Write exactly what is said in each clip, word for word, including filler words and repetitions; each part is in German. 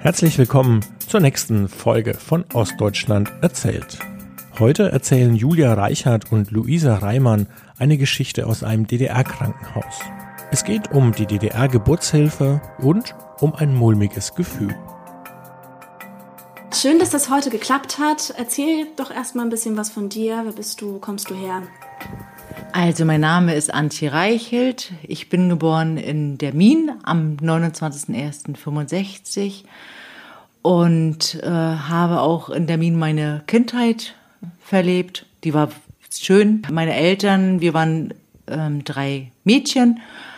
Herzlich willkommen zur nächsten Folge von Ostdeutschland erzählt. Heute erzählen Julia Reichert und Luisa Reimann eine Geschichte aus einem D D R-Krankenhaus. Es geht um die D D R-Geburtshilfe und um ein mulmiges Gefühl. Schön, dass das heute geklappt hat. Erzähl doch erstmal ein bisschen was von dir. Wer bist du? Wo kommst du her? Also mein Name ist Antje Reichelt. Ich bin geboren in Dermin am neunundzwanzigster erster fünfundsechzig und äh, habe auch in Dermin meine Kindheit verlebt. Die war schön. Meine Eltern, wir waren ähm, drei Mädchen.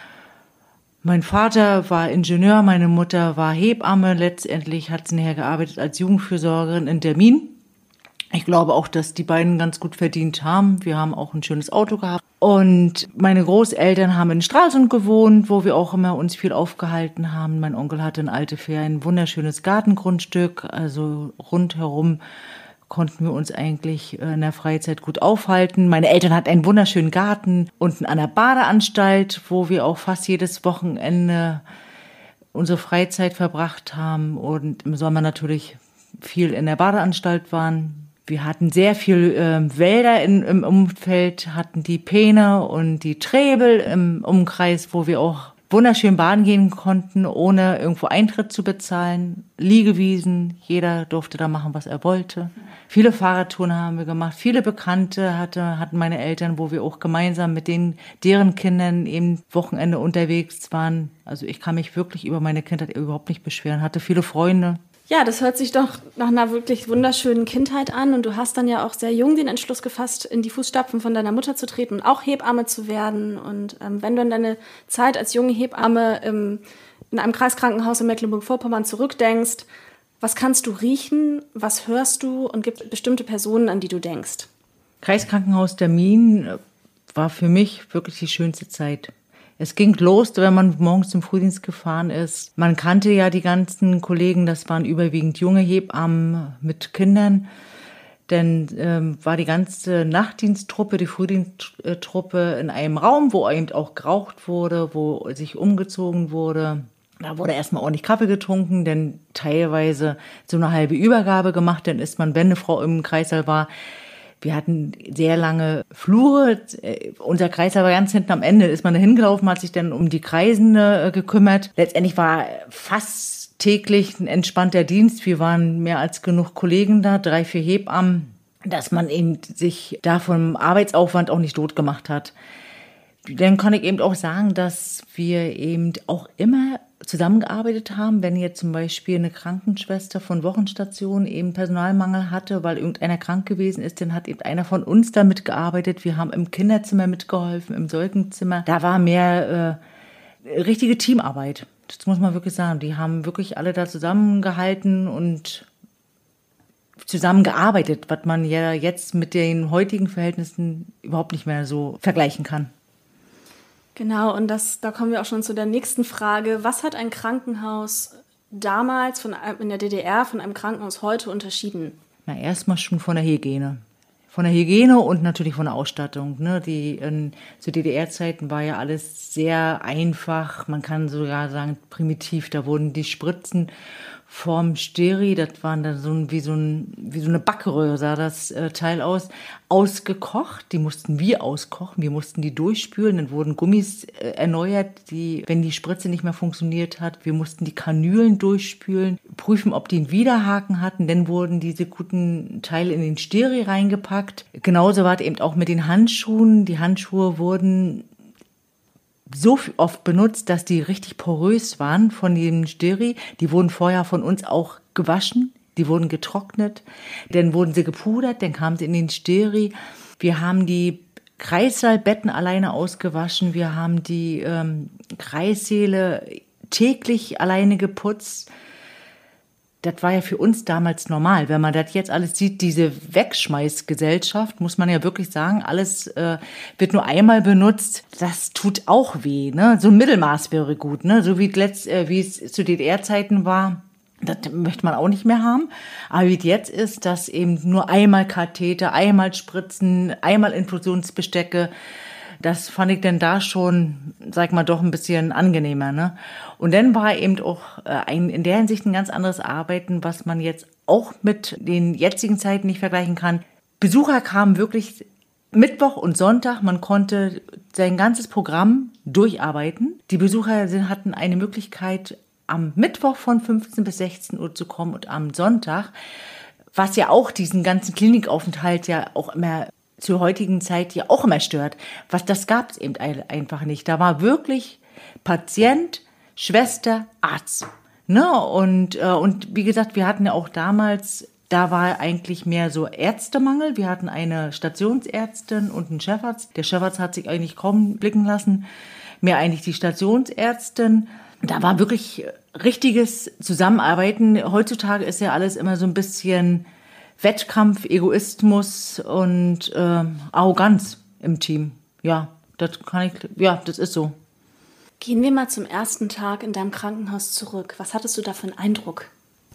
Mein Vater war Ingenieur, meine Mutter war Hebamme. Letztendlich hat sie nachher gearbeitet als Jugendfürsorgerin in Dermin. Ich glaube auch, dass die beiden ganz gut verdient haben. Wir haben auch ein schönes Auto gehabt. Und meine Großeltern haben in Stralsund gewohnt, wo wir auch immer uns viel aufgehalten haben. Mein Onkel hatte in Altefähr ein wunderschönes Gartengrundstück. Also rundherum konnten wir uns eigentlich in der Freizeit gut aufhalten. Meine Eltern hatten einen wunderschönen Garten unten an der Badeanstalt, wo wir auch fast jedes Wochenende unsere Freizeit verbracht haben und im Sommer natürlich viel in der Badeanstalt waren. Wir hatten sehr viel äh, Wälder in, im Umfeld, hatten die Peene und die Trebel im Umkreis, wo wir auch wunderschön baden gehen konnten, ohne irgendwo Eintritt zu bezahlen. Liegewiesen, jeder durfte da machen, was er wollte. Viele Fahrradtouren haben wir gemacht, viele Bekannte hatte, hatten meine Eltern, wo wir auch gemeinsam mit denen, deren Kindern eben Wochenende unterwegs waren. Also ich kann mich wirklich über meine Kindheit überhaupt nicht beschweren, hatte viele Freunde. Ja, das hört sich doch nach einer wirklich wunderschönen Kindheit an. Und du hast dann ja auch sehr jung den Entschluss gefasst, in die Fußstapfen von deiner Mutter zu treten und auch Hebamme zu werden. Und ähm, wenn du an deine Zeit als junge Hebamme im, in einem Kreiskrankenhaus in Mecklenburg-Vorpommern zurückdenkst, was kannst du riechen, was hörst du und gibt es bestimmte Personen, an die du denkst? Kreiskrankenhaus Dermin war für mich wirklich die schönste Zeit. Es ging los, wenn man morgens zum Frühdienst gefahren ist. Man kannte ja die ganzen Kollegen, das waren überwiegend junge Hebammen mit Kindern. Dann ähm, war die ganze Nachtdiensttruppe, die Frühdiensttruppe in einem Raum, wo eben auch geraucht wurde, wo sich umgezogen wurde. Da wurde erstmal ordentlich Kaffee getrunken, dann teilweise so eine halbe Übergabe gemacht. Dann ist man, wenn eine Frau im Kreissaal war. Wir hatten sehr lange Flure. Unser Kreißsaal war ganz hinten am Ende. Ist man da hingelaufen, hat sich dann um die Kreisende gekümmert. Letztendlich war fast täglich ein entspannter Dienst. Wir waren mehr als genug Kollegen da, drei, vier Hebammen, dass man eben sich da vom Arbeitsaufwand auch nicht tot gemacht hat. Dann kann ich eben auch sagen, dass wir eben auch immer zusammengearbeitet haben, wenn jetzt zum Beispiel eine Krankenschwester von Wochenstation eben Personalmangel hatte, weil irgendeiner krank gewesen ist, dann hat eben einer von uns da mitgearbeitet. Wir haben im Kinderzimmer mitgeholfen, im Säugenzimmer. Da war mehr äh, richtige Teamarbeit. Das muss man wirklich sagen. Die haben wirklich alle da zusammengehalten und zusammengearbeitet, was man ja jetzt mit den heutigen Verhältnissen überhaupt nicht mehr so vergleichen kann. Genau, und das, da kommen wir auch schon zu der nächsten Frage. Was hat ein Krankenhaus damals von einem, in der D D R von einem Krankenhaus heute unterschieden? Na, erstmal schon von der Hygiene. Von der Hygiene und natürlich von der Ausstattung. Ne? Die, in, zu D D R-Zeiten war ja alles sehr einfach, man kann sogar sagen primitiv. Da wurden die Spritzen vorm Steri, das waren dann so ein, wie, so ein, wie so eine Backröhre, sah das äh, Teil aus, ausgekocht. Die mussten wir auskochen, wir mussten die durchspülen, dann wurden Gummis äh, erneuert, die, wenn die Spritze nicht mehr funktioniert hat. Wir mussten die Kanülen durchspülen, prüfen, ob die einen Widerhaken hatten. Dann wurden diese guten Teile in den Steri reingepackt. Genauso war es eben auch mit den Handschuhen. Die Handschuhe wurden so oft benutzt, dass die richtig porös waren von dem Steri. Die wurden vorher von uns auch gewaschen, die wurden getrocknet, dann wurden sie gepudert, dann kamen sie in den Steri. Wir haben die Kreissaalbetten alleine ausgewaschen, wir haben die ähm, Kreissäle täglich alleine geputzt. Das war ja für uns damals normal. Wenn man das jetzt alles sieht, diese Wegschmeißgesellschaft, muss man ja wirklich sagen, alles äh, wird nur einmal benutzt. Das tut auch weh, ne? So ein Mittelmaß wäre gut, ne? So wie, letzt, äh, wie es zu D D R-Zeiten war. Das möchte man auch nicht mehr haben. Aber wie es jetzt ist, dass eben nur einmal Katheter, einmal Spritzen, einmal Infusionsbestecke, Das fand ich dann da schon, sag mal, doch ein bisschen angenehmer, ne? Und dann war eben auch äh, ein, in der Hinsicht ein ganz anderes Arbeiten, was man jetzt auch mit den jetzigen Zeiten nicht vergleichen kann. Besucher kamen wirklich Mittwoch und Sonntag, man konnte sein ganzes Programm durcharbeiten. Die Besucher hatten eine Möglichkeit, am Mittwoch von fünfzehn bis sechzehn Uhr zu kommen und am Sonntag, was ja auch diesen ganzen Klinikaufenthalt ja auch immer zur heutigen Zeit ja auch immer stört. Was, das gab es eben einfach nicht. Da war wirklich Patient, Schwester, Arzt. Ne? Und, äh, und wie gesagt, wir hatten ja auch damals, da war eigentlich mehr so Ärztemangel. Wir hatten eine Stationsärztin und einen Chefarzt. Der Chefarzt hat sich eigentlich kaum blicken lassen. Mehr eigentlich die Stationsärztin. Da war wirklich richtiges Zusammenarbeiten. Heutzutage ist ja alles immer so ein bisschen Wettkampf, Egoismus und äh, Arroganz im Team. Ja, das kann ich, ja, das ist so. Gehen wir mal zum ersten Tag in deinem Krankenhaus zurück. Was hattest du da für einen Eindruck?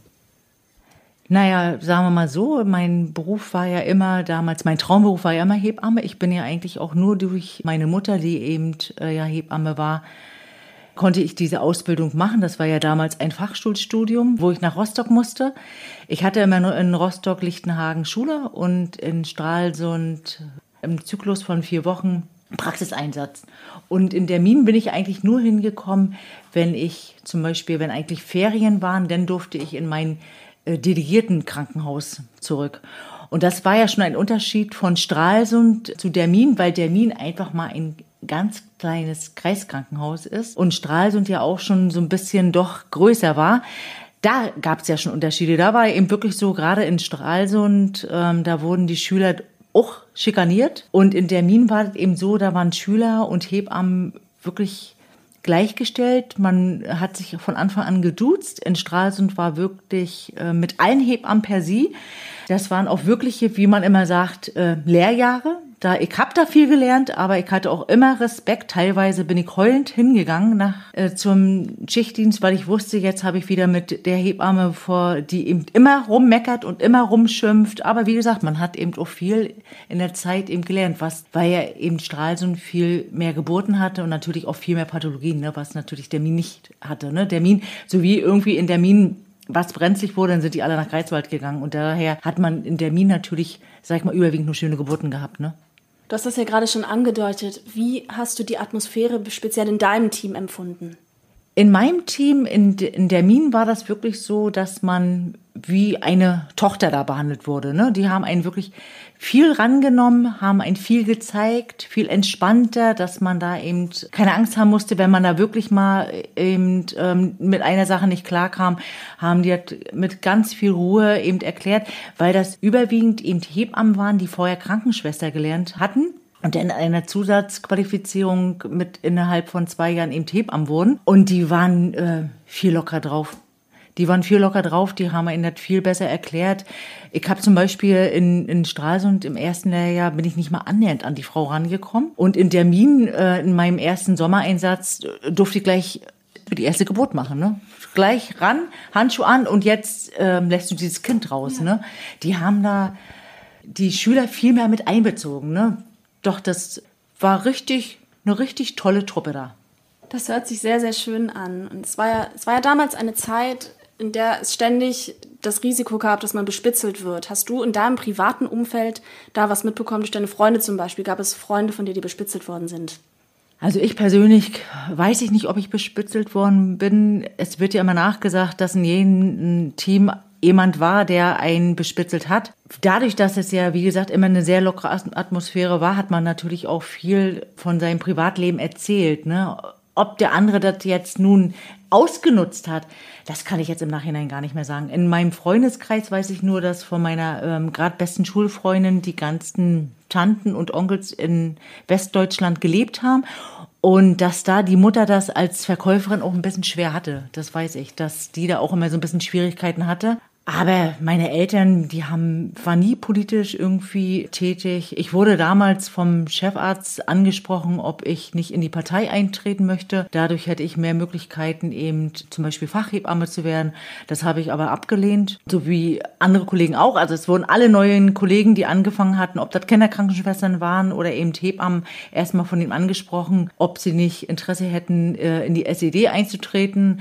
Naja, sagen wir mal so, mein Beruf war ja immer damals, mein Traumberuf war ja immer Hebamme. Ich bin ja eigentlich auch nur durch meine Mutter, die eben äh, ja Hebamme war, konnte ich diese Ausbildung machen. Das war ja damals ein Fachschulstudium, wo ich nach Rostock musste. Ich hatte immer nur in Rostock, Lichtenhagen Schule und in Stralsund im Zyklus von vier Wochen Praxiseinsatz. Und in der Minen bin ich eigentlich nur hingekommen, wenn ich zum Beispiel, wenn eigentlich Ferien waren, dann durfte ich in mein äh, delegierten Krankenhaus zurück. Und das war ja schon ein Unterschied von Stralsund zu der Minen, weil der Minen einfach mal ein ganz kleines Kreiskrankenhaus ist und Stralsund ja auch schon so ein bisschen doch größer war. Da gab es ja schon Unterschiede. Da war eben wirklich so, gerade in Stralsund, ähm, da wurden die Schüler auch schikaniert. Und in der Minen war es eben so, da waren Schüler und Hebammen wirklich gleichgestellt. Man hat sich von Anfang an geduzt. In Stralsund war wirklich äh, mit allen Hebammen per Sie. Das waren auch wirkliche, wie man immer sagt, äh, Lehrjahre. Da, ich habe da viel gelernt, aber ich hatte auch immer Respekt. Teilweise bin ich heulend hingegangen nach, äh, zum Schichtdienst, weil ich wusste, jetzt habe ich wieder mit der Hebamme vor, die eben immer rummeckert und immer rumschimpft. Aber wie gesagt, man hat eben auch viel in der Zeit eben gelernt, was, weil ja eben Stralsund viel mehr Geburten hatte und natürlich auch viel mehr Pathologien, ne, was natürlich der Minen nicht hatte. Ne? Der Minen, so wie irgendwie in der Minen was brenzlig wurde, dann sind die alle nach Greifswald gegangen. Und daher hat man in der Minen natürlich, sag ich mal, überwiegend nur schöne Geburten gehabt, ne? Du hast das ja gerade schon angedeutet. Wie hast du die Atmosphäre speziell in deinem Team empfunden? In meinem Team, in, in der Minen war das wirklich so, dass man wie eine Tochter da behandelt wurde. Ne? Die haben einen wirklich viel rangenommen, haben einen viel gezeigt, viel entspannter, dass man da eben keine Angst haben musste, wenn man da wirklich mal eben ähm, mit einer Sache nicht klarkam, haben die mit ganz viel Ruhe eben erklärt, weil das überwiegend eben Hebammen waren, die vorher Krankenschwester gelernt hatten. Und dann in einer Zusatzqualifizierung mit innerhalb von zwei Jahren eben Hebammen wurden. Und die waren äh, viel locker drauf. Die waren viel locker drauf, die haben ihnen das viel besser erklärt. Ich habe zum Beispiel in, in Stralsund im ersten Lehrjahr bin ich nicht mal annähernd an die Frau rangekommen. Und in der Minen, äh, in meinem ersten Sommereinsatz, durfte ich gleich die erste Geburt machen. Ne? Gleich ran, Handschuh an und jetzt äh, lässt du dieses Kind raus. Ja. Ne? Die haben da die Schüler viel mehr mit einbezogen. Ne? Doch das war richtig, eine richtig tolle Truppe da. Das hört sich sehr, sehr schön an. Und es war ja, es war ja damals eine Zeit, in der es ständig das Risiko gab, dass man bespitzelt wird. Hast du in deinem privaten Umfeld da was mitbekommen durch deine Freunde zum Beispiel? Gab es Freunde von dir, die bespitzelt worden sind? Also ich persönlich weiß ich nicht, ob ich bespitzelt worden bin. Es wird ja immer nachgesagt, dass in jedem Team jemand war, der einen bespitzelt hat. Dadurch, dass es ja, wie gesagt, immer eine sehr lockere Atmosphäre war, hat man natürlich auch viel von seinem Privatleben erzählt. Ne? Ob der andere das jetzt nun ausgenutzt hat, das kann ich jetzt im Nachhinein gar nicht mehr sagen. In meinem Freundeskreis weiß ich nur, dass von meiner ähm, gerade besten Schulfreundin die ganzen Tanten und Onkels in Westdeutschland gelebt haben und dass da die Mutter das als Verkäuferin auch ein bisschen schwer hatte. Das weiß ich, dass die da auch immer so ein bisschen Schwierigkeiten hatte. Aber meine Eltern, die haben, waren nie politisch irgendwie tätig. Ich wurde damals vom Chefarzt angesprochen, ob ich nicht in die Partei eintreten möchte. Dadurch hätte ich mehr Möglichkeiten, eben zum Beispiel Fachhebamme zu werden. Das habe ich aber abgelehnt, so wie andere Kollegen auch. Also es wurden alle neuen Kollegen, die angefangen hatten, ob das Kinderkrankenschwestern waren oder eben Hebammen, erstmal von ihm angesprochen, ob sie nicht Interesse hätten, in die S E D einzutreten.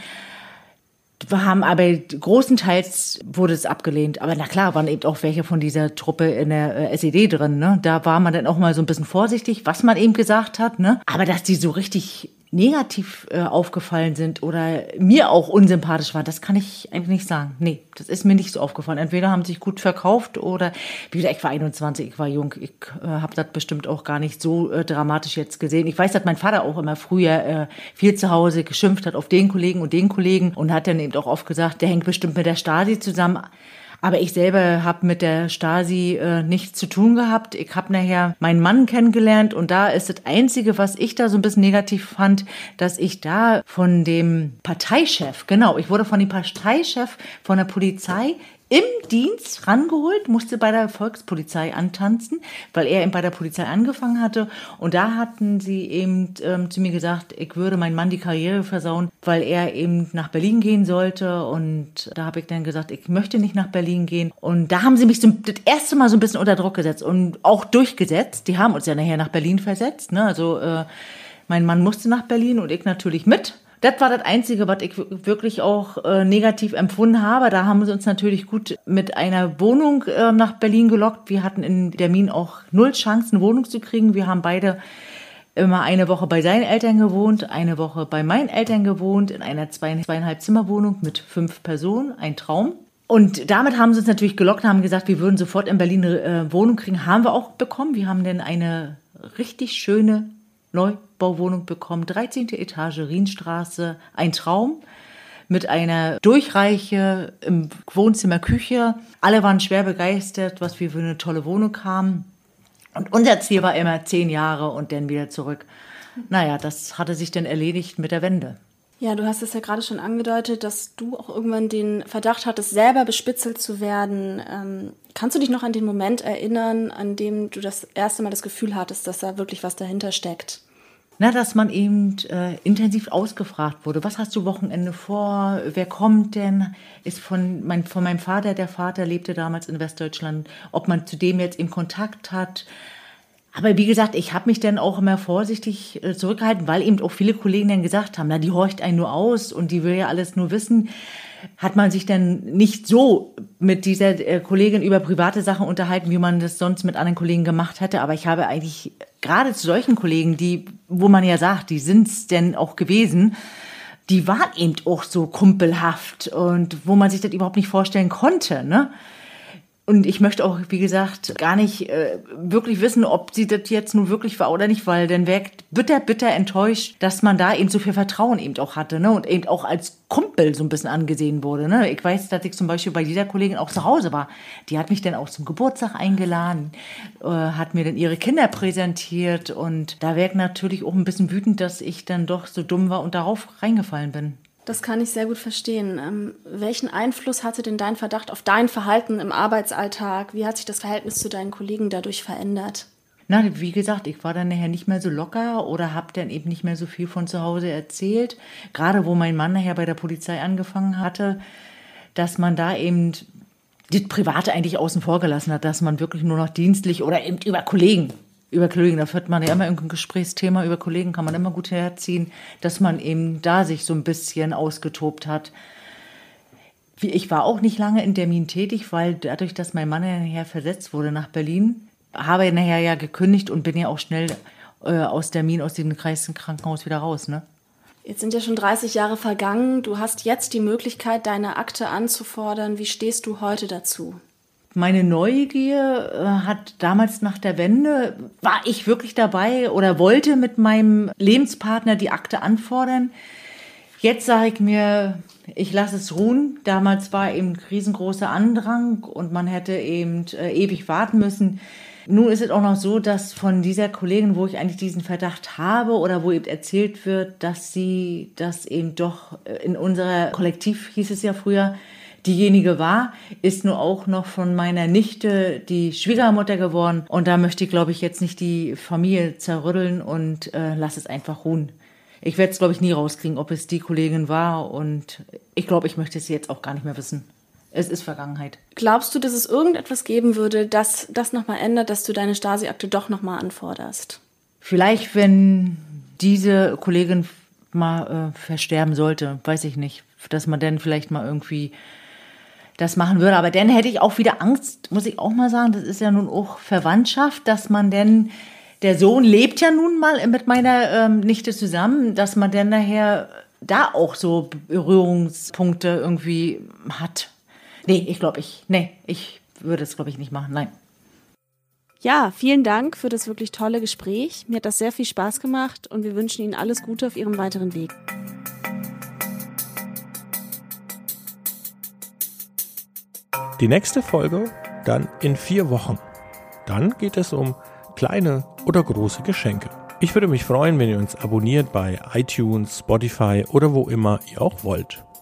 Wir haben aber großenteils wurde es abgelehnt. Aber na klar, waren eben auch welche von dieser Truppe in der S E D drin. Ne? Da war man dann auch mal so ein bisschen vorsichtig, was man eben gesagt hat. Ne? Aber dass die so richtig negativ äh, aufgefallen sind oder mir auch unsympathisch waren, das kann ich eigentlich nicht sagen. Nee, das ist mir nicht so aufgefallen. Entweder haben sie sich gut verkauft oder, wie gesagt, ich war einundzwanzig, ich war jung. Ich äh, habe das bestimmt auch gar nicht so äh, dramatisch jetzt gesehen. Ich weiß, dass mein Vater auch immer früher äh, viel zu Hause geschimpft hat auf den Kollegen und den Kollegen und hat dann eben auch oft gesagt, der hängt bestimmt mit der Stasi zusammen. Aber ich selber habe mit der Stasi äh, nichts zu tun gehabt. Ich habe nachher meinen Mann kennengelernt und da ist das Einzige, was ich da so ein bisschen negativ fand, dass ich da von dem Parteichef, genau, ich wurde von dem Parteichef von der Polizei im Dienst rangeholt, musste bei der Volkspolizei antanzen, weil er eben bei der Polizei angefangen hatte. Und da hatten sie eben ähm, zu mir gesagt, ich würde meinem Mann die Karriere versauen, weil er eben nach Berlin gehen sollte. Und da habe ich dann gesagt, ich möchte nicht nach Berlin gehen. Und da haben sie mich so, das erste Mal so ein bisschen unter Druck gesetzt und auch durchgesetzt. Die haben uns ja nachher nach Berlin versetzt. Ne? Also äh, mein Mann musste nach Berlin und ich natürlich mit. Das war das Einzige, was ich wirklich auch äh, negativ empfunden habe. Da haben sie uns natürlich gut mit einer Wohnung äh, nach Berlin gelockt. Wir hatten in Termin auch null Chancen, eine Wohnung zu kriegen. Wir haben beide immer eine Woche bei seinen Eltern gewohnt, eine Woche bei meinen Eltern gewohnt, in einer zwei, zweieinhalb Zimmerwohnung mit fünf Personen. Ein Traum. Und damit haben sie uns natürlich gelockt und haben gesagt, wir würden sofort in Berlin eine äh, Wohnung kriegen. Haben wir auch bekommen. Wir haben dann eine richtig schöne Neubauwohnung bekommen, dreizehnte Etage, Rienstraße, ein Traum mit einer Durchreiche im Wohnzimmer, Küche. Alle waren schwer begeistert, was wir für eine tolle Wohnung haben. Und unser Ziel war immer zehn Jahre und dann wieder zurück. Naja, das hatte sich dann erledigt mit der Wende. Ja, du hast es ja gerade schon angedeutet, dass du auch irgendwann den Verdacht hattest, selber bespitzelt zu werden. Ähm, kannst du dich noch an den Moment erinnern, an dem du das erste Mal das Gefühl hattest, dass da wirklich was dahinter steckt? Na, dass man eben äh, intensiv ausgefragt wurde. Was hast du Wochenende vor? Wer kommt denn? Ist von, mein, von meinem Vater, der Vater lebte damals in Westdeutschland, ob man zu dem jetzt eben Kontakt hat. Aber wie gesagt, ich habe mich dann auch immer vorsichtig äh, zurückgehalten, weil eben auch viele Kollegen dann gesagt haben, na, die horcht einen nur aus und die will ja alles nur wissen. Hat man sich dann nicht so mit dieser äh, Kollegin über private Sachen unterhalten, wie man das sonst mit anderen Kollegen gemacht hätte. Aber ich habe eigentlich gerade zu solchen Kollegen, die, wo man ja sagt, die sind's denn auch gewesen, die waren eben auch so kumpelhaft und wo man sich das überhaupt nicht vorstellen konnte, ne? Und ich möchte auch, wie gesagt, gar nicht äh, wirklich wissen, ob sie das jetzt nun wirklich war oder nicht, weil dann wäre ich bitter, bitter enttäuscht, dass man da eben so viel Vertrauen eben auch hatte, ne? Und eben auch als Kumpel so ein bisschen angesehen wurde, ne? Ich weiß, dass ich zum Beispiel bei dieser Kollegin auch zu Hause war. Die hat mich dann auch zum Geburtstag eingeladen, äh, hat mir dann ihre Kinder präsentiert und da wäre ich natürlich auch ein bisschen wütend, dass ich dann doch so dumm war und darauf reingefallen bin. Das kann ich sehr gut verstehen. Ähm, welchen Einfluss hatte denn dein Verdacht auf dein Verhalten im Arbeitsalltag? Wie hat sich das Verhältnis zu deinen Kollegen dadurch verändert? Na, wie gesagt, ich war dann nachher nicht mehr so locker oder habe dann eben nicht mehr so viel von zu Hause erzählt. Gerade wo mein Mann nachher bei der Polizei angefangen hatte, dass man da eben das Private eigentlich außen vor gelassen hat, dass man wirklich nur noch dienstlich oder eben über Kollegen Über Kollegen, da führt man ja immer irgendein Gesprächsthema, über Kollegen kann man immer gut herziehen, dass man eben da sich so ein bisschen ausgetobt hat. Ich war auch nicht lange in Termin tätig, weil dadurch, dass mein Mann nachher versetzt wurde nach Berlin, habe ich nachher ja gekündigt und bin ja auch schnell äh, aus Termin, aus dem Kreiskrankenhaus wieder raus, ne? Jetzt sind ja schon dreißig Jahre vergangen. Du hast jetzt die Möglichkeit, deine Akte anzufordern. Wie stehst du heute dazu? Meine Neugier äh, hat damals nach der Wende, war ich wirklich dabei oder wollte mit meinem Lebenspartner die Akte anfordern. Jetzt sage ich mir, ich lasse es ruhen. Damals war eben ein riesengroßer Andrang und man hätte eben äh, ewig warten müssen. Nun ist es auch noch so, dass von dieser Kollegin, wo ich eigentlich diesen Verdacht habe oder wo eben erzählt wird, dass sie das eben doch in unserer Kollektiv, hieß es ja früher, diejenige war, ist nur auch noch von meiner Nichte die Schwiegermutter geworden. Und da möchte ich, glaube ich, jetzt nicht die Familie zerrütteln und äh, lass es einfach ruhen. Ich werde es, glaube ich, nie rauskriegen, ob es die Kollegin war. Und ich glaube, ich möchte es jetzt auch gar nicht mehr wissen. Es ist Vergangenheit. Glaubst du, dass es irgendetwas geben würde, das das nochmal ändert, dass du deine Stasi-Akte doch nochmal anforderst? Vielleicht, wenn diese Kollegin mal äh, versterben sollte, weiß ich nicht, dass man dann vielleicht mal irgendwie das machen würde. Aber dann hätte ich auch wieder Angst, muss ich auch mal sagen, das ist ja nun auch Verwandtschaft, dass man dann, der Sohn lebt ja nun mal mit meiner ähm, Nichte zusammen, dass man dann nachher da auch so Berührungspunkte irgendwie hat. Nee, ich glaube, ich, nee, ich würde es, glaube ich, nicht machen, nein. Ja, vielen Dank für das wirklich tolle Gespräch. Mir hat das sehr viel Spaß gemacht und wir wünschen Ihnen alles Gute auf Ihrem weiteren Weg. Die nächste Folge dann in vier Wochen. Dann geht es um kleine oder große Geschenke. Ich würde mich freuen, wenn ihr uns abonniert bei iTunes, Spotify oder wo immer ihr auch wollt.